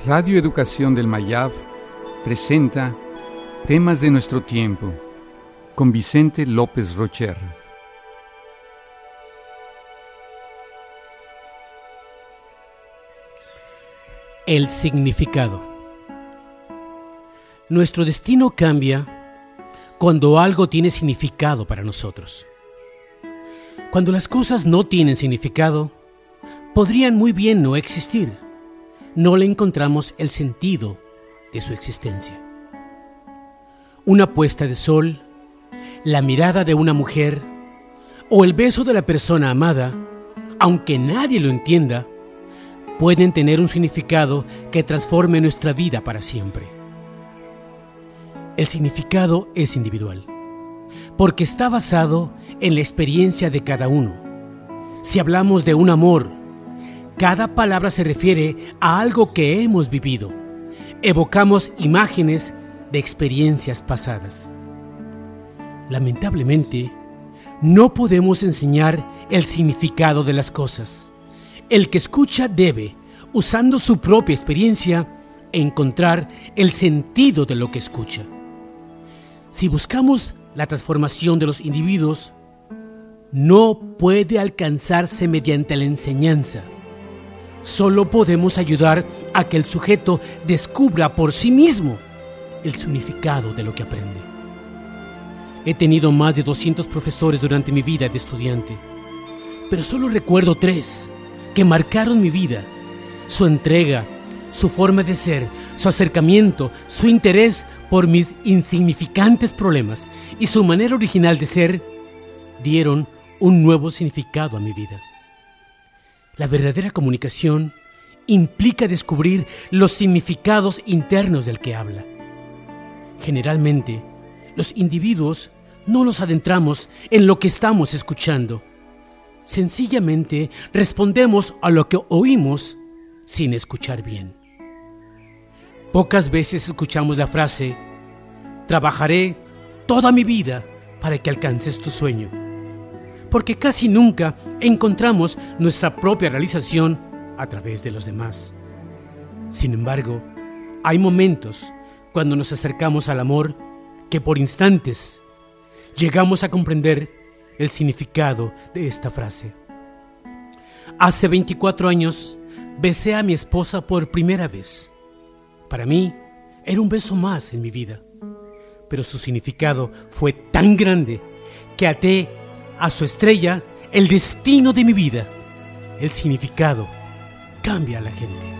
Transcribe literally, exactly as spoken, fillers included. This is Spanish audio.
Radio Educación del Mayab presenta Temas de nuestro tiempo con Vicente López Rocher. El significado. Nuestro destino cambia cuando algo tiene significado para nosotros. Cuando las cosas no tienen significado, podrían muy bien no existir. No le encontramos el sentido de su existencia. Una puesta de sol, la mirada de una mujer o el beso de la persona amada, aunque nadie lo entienda, pueden tener un significado que transforme nuestra vida para siempre. El significado es individual, porque está basado en la experiencia de cada uno. Si hablamos de un amor, cada palabra se refiere a algo que hemos vivido. Evocamos imágenes de experiencias pasadas. Lamentablemente, no podemos enseñar el significado de las cosas. El que escucha debe, usando su propia experiencia, encontrar el sentido de lo que escucha. Si buscamos la transformación de los individuos, no puede alcanzarse mediante la enseñanza. Solo podemos ayudar a que el sujeto descubra por sí mismo el significado de lo que aprende. He tenido más de doscientos profesores durante mi vida de estudiante, pero solo recuerdo tres que marcaron mi vida: su entrega, su forma de ser, su acercamiento, su interés por mis insignificantes problemas y su manera original de ser dieron un nuevo significado a mi vida. La verdadera comunicación implica descubrir los significados internos del que habla. Generalmente, los individuos no nos adentramos en lo que estamos escuchando. Sencillamente respondemos a lo que oímos sin escuchar bien. Pocas veces escuchamos la frase: trabajaré toda mi vida para que alcances tu sueño, porque casi nunca encontramos nuestra propia realización a través de los demás. Sin embargo, hay momentos cuando nos acercamos al amor que por instantes llegamos a comprender el significado de esta frase. Hace veinticuatro años besé a mi esposa por primera vez. Para mí era un beso más en mi vida, pero su significado fue tan grande que até a su estrella el destino de mi vida. El significado cambia a la gente.